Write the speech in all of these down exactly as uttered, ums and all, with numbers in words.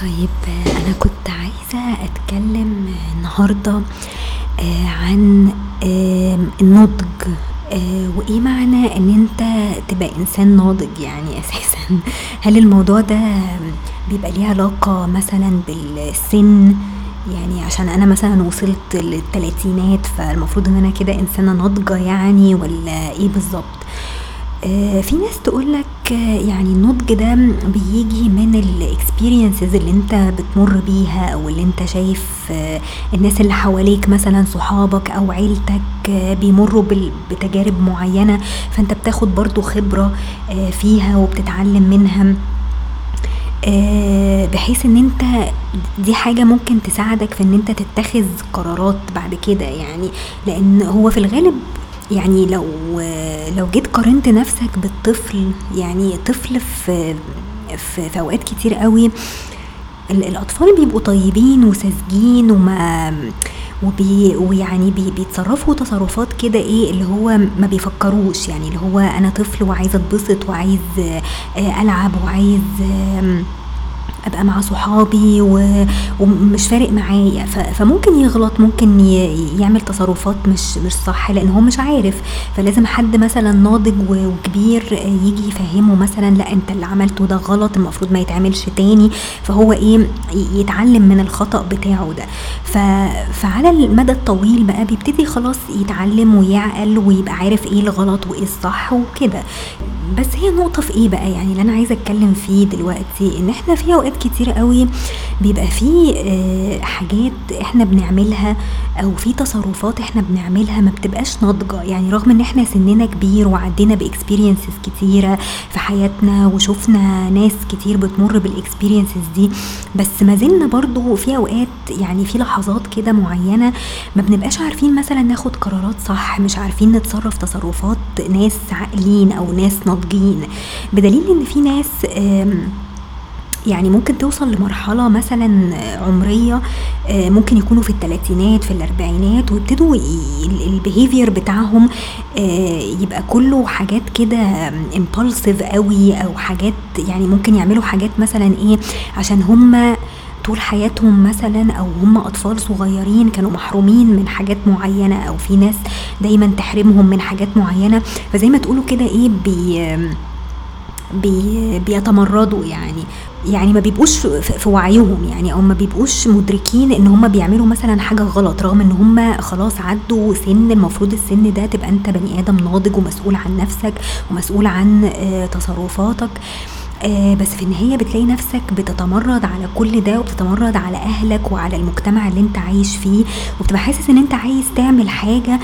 طيب آه، أنا كنت عايزة أتكلم النهاردة آه، عن آم، النضج. آه، وإيه معنى إن أنت تبقى إنسان ناضج يعني أساسا؟ هل الموضوع ده بيبقى ليه علاقة مثلا بالسن؟ يعني عشان أنا مثلا وصلت للتلاتينات فالمفروض إن أنا كده إنسانة ناضجة يعني، ولا إيه بالظبط؟ آه، في ناس تقولك آه، يعني النضج ده بيجي من الاكسبيرينسز اللي انت بتمر بيها، او اللي انت شايف آه، الناس اللي حواليك مثلا صحابك او عيلتك آه، بيمروا بال- بتجارب معينة، فانت بتاخد برضو خبرة آه، فيها وبتتعلم منها، آه، بحيث ان انت دي حاجة ممكن تساعدك في ان انت تتخذ قرارات بعد كده يعني. لان هو في الغالب يعني لو لو جيت قارنت نفسك بالطفل، يعني طفل في في, في اوقات كتير قوي ال- الاطفال بيبقوا طيبين وساذجين وما وبي ويعني بي بيتصرفوا تصرفات كده، ايه اللي هو ما بيفكروش، يعني اللي هو انا طفل وعايز اتبسط وعايز آه، العب وعايز آم، ابقى مع صحابي و... ومش فارق معايا، ف... فممكن يغلط، ممكن ي... يعمل تصرفات مش مش صح لان هو مش عارف. فلازم حد مثلا ناضج و- وكبير يجي يفهمه مثلا لا انت اللي عملته ده غلط، المفروض ما يتعملش تاني. فهو ايه ي- يتعلم من الخطأ بتاعه ده. ف... فعلى المدى الطويل بقى بيبتدي خلاص يتعلم ويعقل ويبقى عارف ايه الغلط وايه الصح وكده. بس هي النقطة في ايه بقى، يعني اللي انا عايزة اتكلم فيه دلوقتي ان احنا في اوقات كتير قوي بيبقى في آه، حاجات احنا بنعملها او في تصرفات احنا بنعملها ما بتبقاش ناضجة، يعني رغم ان احنا سننا كبير وعدينا باكسبيرينسز كتيرة في حياتنا وشوفنا ناس كتير بتمر بالاكسبيرينسز دي، بس ما زلنا برضو في اوقات يعني في لحظات كده معينة ما بنبقاش عارفين مثلا ناخد قرارات صح، مش عارفين نتصرف تصرفات ناس عاقلين او ناس ناضجين. بدليل ان في ناس آم، يعني ممكن توصل لمرحلة مثلا عمرية آه، ممكن يكونوا في الثلاثينات في الاربعينات ويبتدوا البيهيفير بتاعهم آه، يبقى كله حاجات كده امبulsive قوي، او حاجات يعني ممكن يعملوا حاجات مثلا ايه عشان هم طول حياتهم مثلا، او هم اطفال صغيرين كانوا محرومين من حاجات معينة، او في ناس دايما تحرمهم من حاجات معينة. فزي ما تقولوا كده ايه بي بي بيتمردوا يعني، يعني ما بيبقوش في في وعيهم يعني، او ما بيبقوش مدركين ان هم بيعملوا مثلا حاجة غلط، رغم ان هم خلاص عدوا سن المفروض السن ده تبقى انت بني ادم ناضج ومسؤول عن نفسك ومسؤول عن آه، تصرفاتك. آه، بس في النهاية بتلاقي نفسك بتتمرد على كل ده، وبتتمرد على اهلك وعلى المجتمع اللي انت عايش فيه، وبتبقى حاسس ان انت عايز تعمل حاجة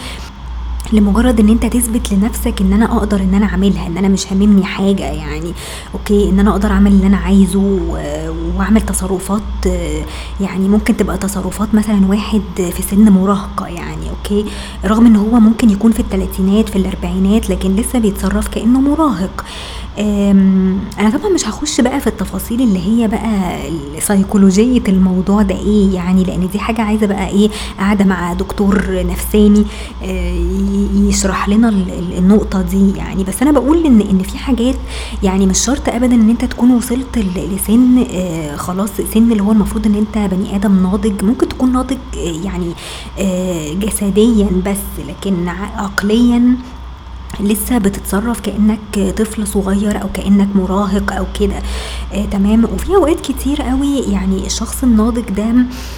لمجرد ان انت تثبت لنفسك ان انا اقدر ان انا اعملها، ان انا مش هاممني حاجة يعني. اوكي، ان انا اقدر اعمل اللي انا عايزه و- واعمل تصرفات آه، يعني ممكن تبقى تصرفات مثلا واحد في سن مراهقة يعني. اوكي، رغم ان هو ممكن يكون في الثلاثينات في الاربعينات لكن لسه بيتصرف كأنه مراهق. آم، انا طبعا مش هخش بقى في التفاصيل اللي هي بقى سيكولوجية الموضوع ده ايه يعني، لان دي حاجة عايزة بقى ايه قاعدة مع دكتور نفساني آه، ي- يشرح لنا ال- ال- النقطة دي يعني. بس انا بقول ان ان في حاجات يعني مش شرط ابدا ان انت تكون وصلت ل- لسن آه، خلاص سن اللي هو المفروض ان انت بني ادم ناضج. ممكن تكون ناضج آه، يعني آه، جسديا بس، لكن ع- عقليا لسه بتتصرف كأنك طفل صغير او كأنك مراهق او كده. آه تمام. وفي اوقات كتير قوي يعني الشخص الناضج ده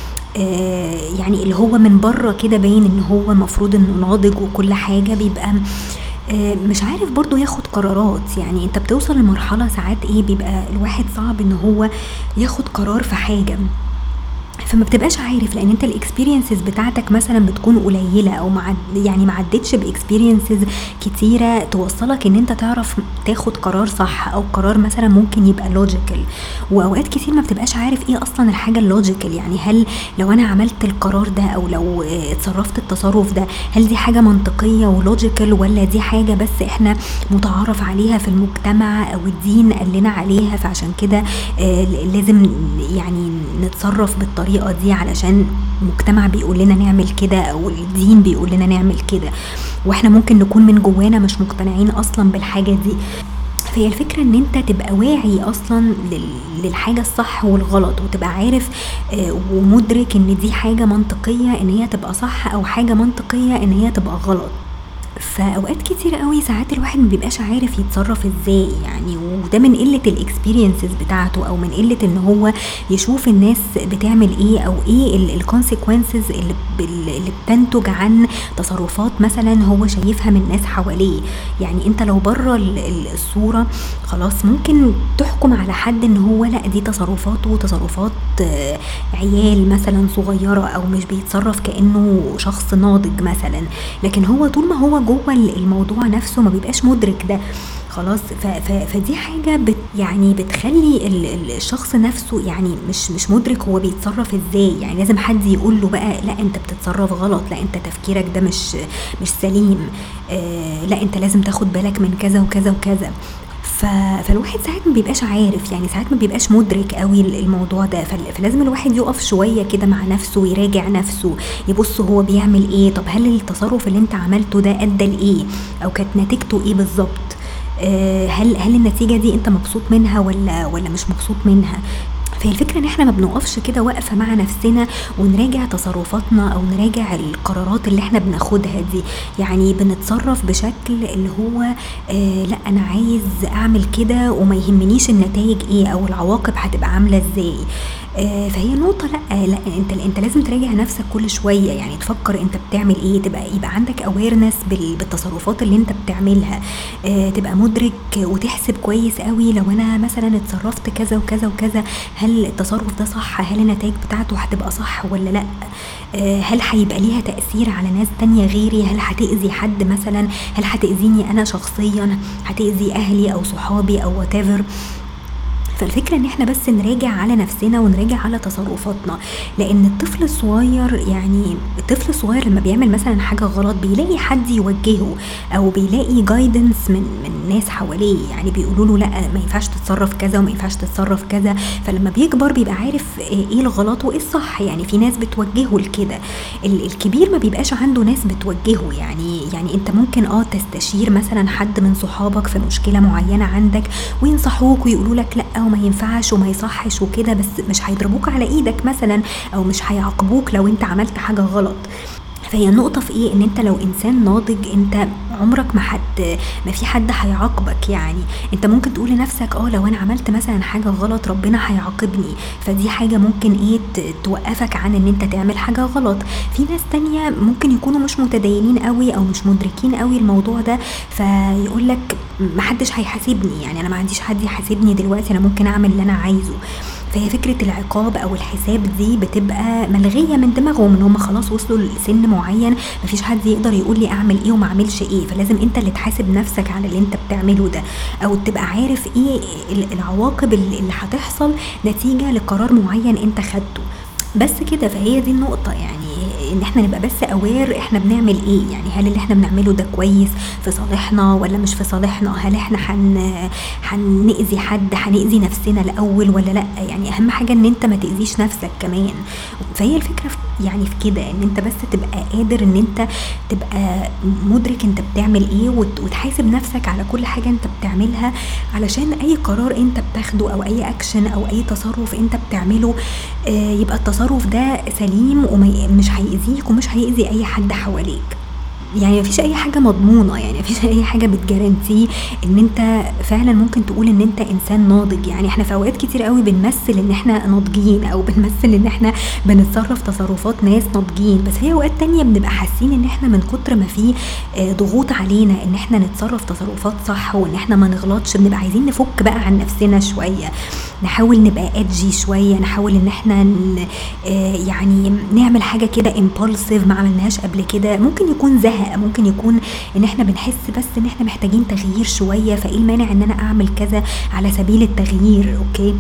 آه يعني اللي هو من بره كده باين ان هو المفروض انه ناضج وكل حاجة، بيبقى آه مش عارف برضو ياخد قرارات. يعني انت بتوصل لمرحلة ساعات ايه بيبقى الواحد صعب ان هو ياخد قرار في حاجة، فما بتبقاش عارف، لان انت الاكسبيرينسز بتاعتك مثلا بتكون قليله، او معد يعني ما عدتش باكسبيرينسز كتيره توصلك ان انت تعرف تاخد قرار صح، او قرار مثلا ممكن يبقى لوجيكال. واوقات كتير ما بتبقاش عارف ايه اصلا الحاجه اللوجيكال، يعني هل لو انا عملت القرار ده او لو آه، اتصرفت التصرف ده هل دي حاجه منطقيه ولوجيكال، ولا دي حاجه بس احنا متعارف عليها في المجتمع او الدين قال لنا عليها، فعشان كده آه، لازم يعني نتصرف بالطريقة دي علشان المجتمع بيقول لنا نعمل كده او الدين بيقول لنا نعمل كده، واحنا ممكن نكون من جوانا مش مقتنعين اصلا بالحاجة دي. فهي الفكرة ان انت تبقى واعي اصلا لل- للحاجة الصح والغلط، وتبقى عارف آه، ومدرك ان دي حاجة منطقية ان هي تبقى صح، او حاجة منطقية ان هي تبقى غلط. فاوقات كتير قوي ساعات الواحد ما بيبقاش عارف يتصرف ازاي يعني، وده من قلة الاكسبيرينسز بتاعته، او من قلة ان هو يشوف الناس بتعمل ايه، او ايه الكونسيكونسز اللي ب- اللي بتنتج عن تصرفات مثلا هو شايفها من ناس حواليه. يعني انت لو بره ال- ال- الصورة خلاص ممكن تحكم على حد ان هو لا دي تصرفاته تصرفات آه، عيال مثلا صغيرة، او مش بيتصرف كأنه شخص ناضج مثلا. لكن هو طول ما هو جوه ال- الموضوع نفسه ما بيبقاش مدرك ده خلاص. ف ف فدي حاجة بت يعني بتخلي ال- ال- الشخص نفسه يعني مش مش مدرك هو بيتصرف ازاي. يعني لازم حد يقول له بقى لا انت بتتصرف غلط، لا انت تفكيرك ده مش مش سليم، آه لا انت لازم تاخد بالك من كذا وكذا وكذا. ف... فالواحد ساعات ما بيبقاش عارف، يعني ساعات ما بيبقاش مدرك قوي الموضوع ده. فل... فلازم الواحد يقف شوية كده مع نفسه ويراجع نفسه، يبص هو بيعمل ايه، طب هل التصرف اللي انت عملته ده ادى لايه، او كانت نتيجته ايه بالظبط. آه، هل هل النتيجة دي انت مبسوط منها ولا ولا مش مبسوط منها. فهي الفكرة ان احنا ما بنقفش كده واقفة مع نفسنا ونراجع تصرفاتنا، او نراجع القرارات اللي احنا بناخدها دي. يعني بنتصرف بشكل اللي هو آه لا انا عايز اعمل كده وما يهمنيش النتائج ايه، او العواقب هتبقى عاملة ازاي. آه فهي نقطة لا لا انت انت لازم تراجع نفسك كل شوية، يعني تفكر انت بتعمل ايه، تبقى يبقى عندك اويرنس بالتصرفات اللي انت بتعملها. آه تبقى مدرك وتحسب كويس قوي لو انا مثلا اتصرفت كذا وكذا وكذا، هل التصرف ده صح، هل النتائج بتاعته هتبقى صح ولا لا. آه هل هيبقى ليها تأثير على ناس تانية غيري، هل هتأذي حد مثلا، هل هتأذيني انا شخصيا، هتأذي اهلي او صحابي او whatever. فالفكرة ان احنا بس نراجع على نفسنا ونراجع على تصرفاتنا. لان الطفل الصغير، يعني الطفل الصغير لما بيعمل مثلا حاجة غلط بيلاقي حد يوجهه، او بيلاقي جايدنس من من ناس حواليه، يعني بيقولوا له لا ما ينفعش تتصرف كذا وما ينفعش تتصرف كذا. فلما بيكبر بيبقى عارف ايه الغلط وايه الصح، يعني في ناس بتوجهه لكده. ال- الكبير ما بيبقاش عنده ناس بتوجهه. يعني يعني انت ممكن اه تستشير مثلا حد من صحابك في مشكلة معينة عندك، وينصحوك ويقولوا لك لا وما ينفعش وما يصحش وكده، بس مش هيضربوك على ايدك مثلا، او مش هيعاقبوك لو انت عملت حاجة غلط. فهي النقطة في ايه، ان انت لو انسان ناضج انت عمرك ما حد ما في حد هيعاقبك. يعني انت ممكن تقول لنفسك اه لو انا عملت مثلا حاجة غلط ربنا هيعاقبني، فدي حاجة ممكن ايه ت- توقفك عن ان انت تعمل حاجة غلط. في ناس تانية ممكن يكونوا مش متدينين قوي او مش مدركين قوي الموضوع ده، فيقول لك محدش هيحاسبني، يعني انا ما عنديش حد يحاسبني دلوقتي، انا ممكن اعمل اللي انا عايزه. فهي فكرة العقاب او الحساب دي بتبقى ملغية من دماغهم، ان هم خلاص وصلوا لسن معين مفيش حد يقدر يقول لي اعمل ايه وما اعملش ايه، فلازم انت اللي تحاسب نفسك على اللي انت بتعمله ده، او تبقى عارف ايه ال- العواقب اللي اللي هتحصل نتيجة لقرار معين انت خدته. بس كده. فهي دي النقطة، يعني ان احنا نبقى بس اوير احنا بنعمل ايه، يعني هل اللي احنا بنعمله ده كويس في صالحنا ولا مش في صالحنا، هل احنا هن هنأذي حد، هنأذي نفسنا الاول ولا لا. يعني اهم حاجة ان انت ما تأذيش نفسك كمان. فهي الفكرة في يعني في كده ان انت بس تبقى قادر ان انت تبقى مدرك انت بتعمل ايه، وت- وتحاسب نفسك على كل حاجة انت بتعملها، علشان اي قرار انت بتاخده او اي اكشن او اي تصرف انت بتعمله آه، يبقى التصرف ده سليم ومش هيأذيك ومش هيأذي اي حد حواليك. يعني مفيش اي حاجة مضمونة، يعني مفيش اي حاجة بتجارنتي ان انت فعلا ممكن تقول ان انت انسان ناضج. يعني احنا في اوقات كتير قوي بنمثل ان احنا ناضجين، او بنمثل ان احنا بنتصرف تصرفات ناس ناضجين، بس في اوقات تانية بنبقى حاسين ان احنا من كتر ما في آه، ضغوط علينا ان احنا نتصرف تصرفات صح وان احنا ما نغلطش، بنبقى عايزين نفك بقى عن نفسنا شوية، نحاول نبقى ادجي شوية، نحاول ان احنا ن- آه، يعني نعمل حاجة كده impulsive ما عملناهاش قبل كده. ممكن يكون زهق، ممكن يكون ان احنا بنحس بس ان احنا محتاجين تغيير شوية، فايه المانع ان انا اعمل كذا على سبيل التغيير. اوكي،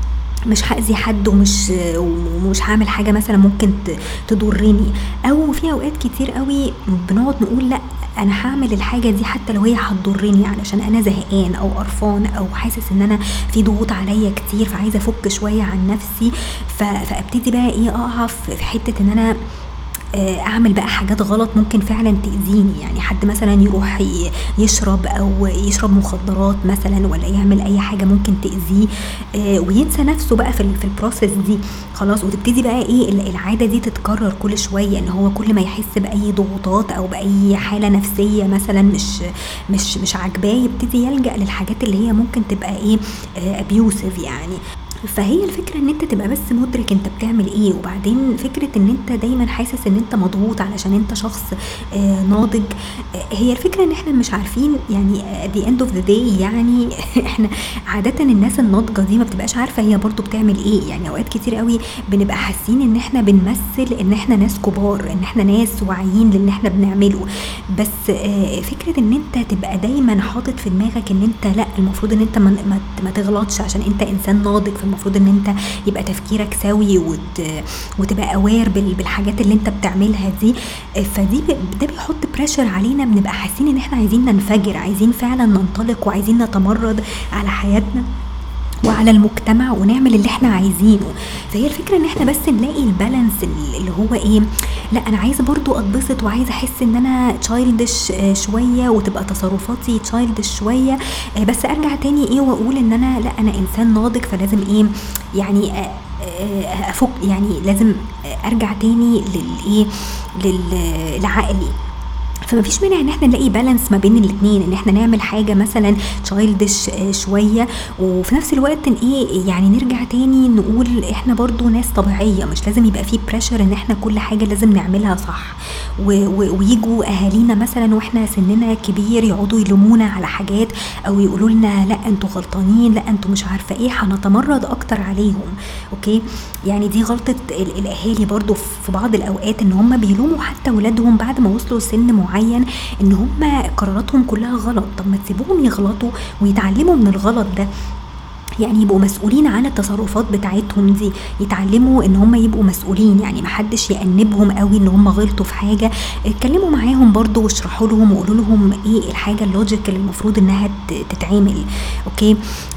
مش هأذي حد ومش ومش هعمل حاجة مثلا ممكن ت- تضرني. او في اوقات كتير قوي بنقعد نقول لا انا هعمل الحاجة دي حتى لو هي هتضرني، علشان انا زهقان او قرفان او حاسس ان انا في ضغوط عليا كتير، فعايزة افك شوية عن نفسي. ف- فابتدي بقى ايه اقع في في حتة ان انا آه، اعمل بقى حاجات غلط ممكن فعلا تأذيني. يعني حد مثلا يروح ي- يشرب او يشرب مخدرات مثلا، ولا يعمل اي حاجة ممكن تأذيه، آه، وينسى نفسه بقى في ال- في البروسيس دي. خلاص، وتبتدي بقى ايه ال- العادة دي تتكرر كل شوية، ان هو كل ما يحس بأي ضغوطات او بأي حالة نفسية مثلا مش مش مش عاجباه، يبتدي يلجأ للحاجات اللي هي ممكن تبقى ايه، ابيوسيف يعني. فهي الفكرة ان انت تبقى بس مدرك انت بتعمل ايه، وبعدين فكرة ان انت دايما حاسس ان انت مضغوط علشان انت شخص آه ناضج. آه هي الفكرة ان احنا مش عارفين يعني at the end of the day يعني احنا عادة الناس الناضجة دي ما بتبقاش عارفة هي برضو بتعمل ايه. يعني اوقات كتير قوي بنبقى حاسين ان احنا بنمثل ان احنا ناس كبار، ان احنا ناس واعيين للي احنا بنعمله. بس آه فكرة ان انت تبقى دايما حاطط في دماغك ان انت لا، المفروض ان انت ما, ما, ما تغلطش عشان انت انسان ناضج، فالمفروض ان انت يبقى تفكيرك سوي وت... وتبقى اوير بال... بالحاجات اللي انت بتعملها دي. آه، فدي ب... ده بيحط بريشر علينا، بنبقى حاسين ان احنا عايزين ننفجر، عايزين فعلا ننطلق، وعايزين نتمرد على حياتنا وعلى المجتمع ونعمل اللي احنا عايزينه. فهي الفكرة ان احنا بس نلاقي البالانس اللي هو ايه، لا انا عايزة برضو اتبسط، وعايزة احس ان انا تشايلدش شوية، وتبقى تصرفاتي تشايلدش شوية، آه، بس ارجع تاني ايه واقول ان انا لا، انا انسان ناضج، فلازم ايه يعني آه، آه، افك، يعني لازم آه، ارجع تاني للايه، لل- لعقلي. فما فيش مانع ان احنا نلاقي بالانس ما بين الاثنين، ان احنا نعمل حاجه مثلا تشايلدش شويه، وفي نفس الوقت إن ايه يعني نرجع تاني نقول احنا برضو ناس طبيعيه، مش لازم يبقى فيه بريشر ان احنا كل حاجه لازم نعملها صح. و- و- ويجوا اهالينا مثلا واحنا سننا كبير يقعدوا يلومونا على حاجات، او يقولوا لنا لا انتوا غلطانين، لا انتوا مش عارفه ايه، هنتمرد اكتر عليهم. اوكي، يعني دي غلطه ال- الاهالي برضو في بعض الاوقات، ان هم بيلوموا حتى ولادهم بعد ما وصلوا سن معين ان هم قراراتهم كلها غلط. طب ما تسيبوهم يغلطوا ويتعلموا من الغلط ده، يعني يبقوا مسؤولين عن التصرفات بتاعتهم دي، يتعلموا ان هم يبقوا مسؤولين، يعني محدش يأنبهم قوي ان هم غلطوا في حاجة. اتكلموا معاهم برضو واشرحوا لهم وقولوا لهم ايه الحاجة اللوجيك اللي المفروض انها ت- تتعمل. اوكي،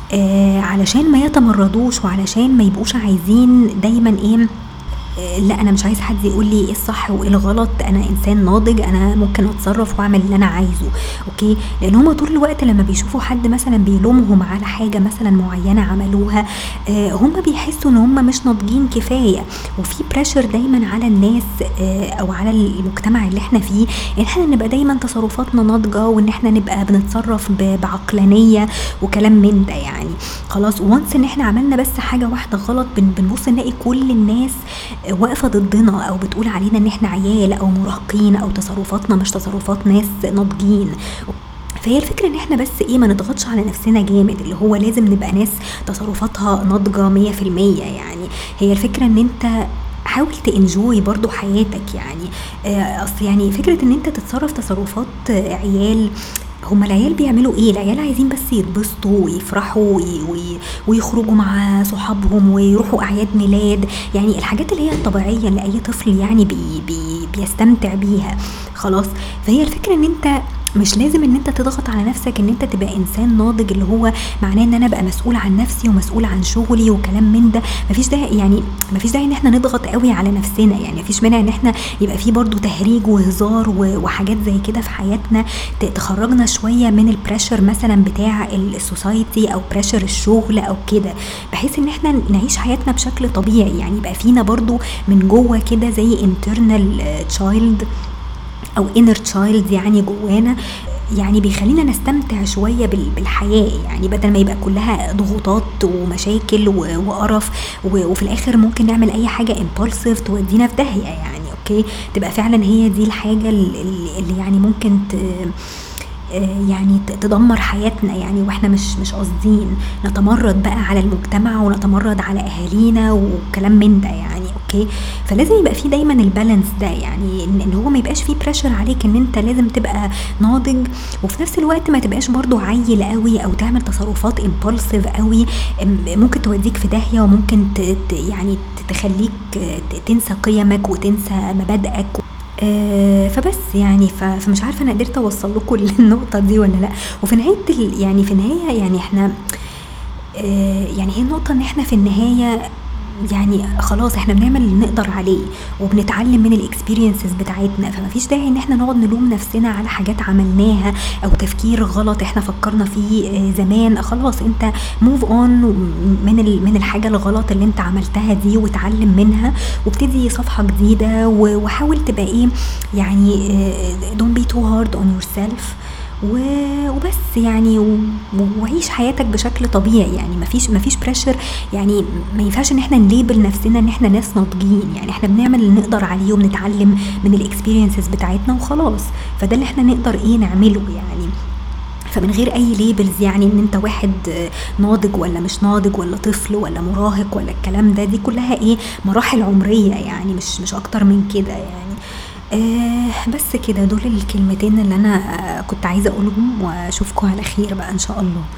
آه علشان ما يتمردوش، وعلشان ما يبقوش عايزين دايما ايه، آه، لا انا مش عايز حد يقول لي ايه الصح وايه الغلط، انا انسان ناضج، انا ممكن اتصرف واعمل اللي انا عايزه. اوكي، لان هما طول الوقت لما بيشوفوا حد مثلا بيلومهم على حاجه مثلا معينه عملوها، آه، هما بيحسوا ان هما مش ناضجين كفايه، وفي بريشر دايما على الناس آه، او على المجتمع اللي احنا فيه، ان احنا نبقى دايما تصرفاتنا ناضجه، وان احنا نبقى بنتصرف ب- بعقلانيه وكلام من ده يعني. خلاص، وانس ان احنا عملنا بس حاجه واحده غلط، بن- بنبص نلاقي كل الناس واقفة ضدنا، او بتقول علينا ان احنا عيال او مراهقين، او تصرفاتنا مش تصرفات ناس ناضجين. فهي الفكرة ان احنا بس ايه، ما نضغطش على نفسنا جامد، اللي هو لازم نبقى ناس تصرفاتها ناضجة مية في المية يعني. هي الفكرة ان انت حاول تنجوي برضو حياتك يعني. آه، اصل يعني فكرة ان انت تتصرف تصرفات آه، عيال، هما العيال بيعملوا ايه؟ العيال عايزين بس يتبسطوا ويفرحوا وي- وي- ويخرجوا مع صحابهم ويروحوا اعياد ميلاد، يعني الحاجات اللي هي الطبيعية اللي اي طفل يعني بي بي بيستمتع بيها. خلاص، فهي الفكرة ان انت مش لازم ان انت تضغط على نفسك ان انت تبقى انسان ناضج، اللي هو معناه ان انا ابقى مسؤول عن نفسي ومسؤول عن شغلي وكلام من ده. مفيش داعي يعني، مفيش داعي ان احنا نضغط قوي على نفسنا، يعني مفيش مانع ان احنا يبقى في برضو تهريج وهزار و- وحاجات زي كده في حياتنا، ت- تخرجنا شوية من البريشر مثلا بتاع السوسايتي او بريشر الشغل او كده، بحيث ان احنا نعيش حياتنا بشكل طبيعي. يعني يبقى فينا برضو من جوه كده زي internal child او inner child يعني جوانا، يعني بيخلينا نستمتع شوية بال- بالحياة، يعني بدل ما يبقى كلها ضغوطات ومشاكل و- وقرف، و- وفي الاخر ممكن نعمل اي حاجة impulsive تودينا في داهية يعني. اوكي، تبقى فعلا هي دي الحاجة اللي اللي يعني ممكن ت آه، يعني ت- تدمر حياتنا يعني، واحنا مش مش قاصدين نتمرد بقى على المجتمع ونتمرد على اهالينا وكلام من ده يعني. اوكي، فلازم يبقى في دايما البالانس ده، يعني ان إن هو ما يبقاش فيه بريشر عليك ان انت لازم تبقى ناضج، وفي نفس الوقت ما تبقاش برضو عيل قوي او تعمل تصرفات امبولسيف قوي، ام- ممكن توديك في داهية، وممكن ت ت- يعني ت- تخليك آه، ت- تنسى قيمك وتنسى مبادئك. آه، فبس يعني ف- فمش عارفه انا قدرت اوصل لكم النقطه دي ولا لا. وفي نهايه ال- يعني في النهايه يعني احنا آه، يعني هي النقطه ان احنا في النهايه يعني خلاص احنا بنعمل اللي نقدر عليه وبنتعلم من الاكسبيرينسز بتاعتنا، فما فيش داعي ان احنا نقعد نلوم نفسنا على حاجات عملناها او تفكير غلط احنا فكرنا فيه آه، زمان. خلاص انت موف اون من ال- من الحاجه الغلط اللي انت عملتها دي وتعلم منها وابتدي صفحه جديده، و- وحاول تبقى ايه يعني آه، don't be too hard on yourself و- وبس يعني، و- وعيش حياتك بشكل طبيعي. يعني مفيش مفيش بريشر، يعني ما ينفعش ان احنا نليبل نفسنا ان احنا ناس ناضجين. يعني احنا بنعمل اللي نقدر عليه وبنتعلم من الاكسبيرينسز بتاعتنا وخلاص. فده اللي احنا نقدر ايه نعمله يعني، فمن غير اي ليبلز، يعني ان انت واحد آه، ناضج ولا مش ناضج ولا طفل ولا مراهق ولا الكلام ده. دي كلها ايه مراحل عمرية يعني، مش مش اكتر من كده يعني. آه بس كده، دول الكلمتين اللي انا آه، كنت عايزة اقولهم، واشوفكم على خير بقى ان شاء الله.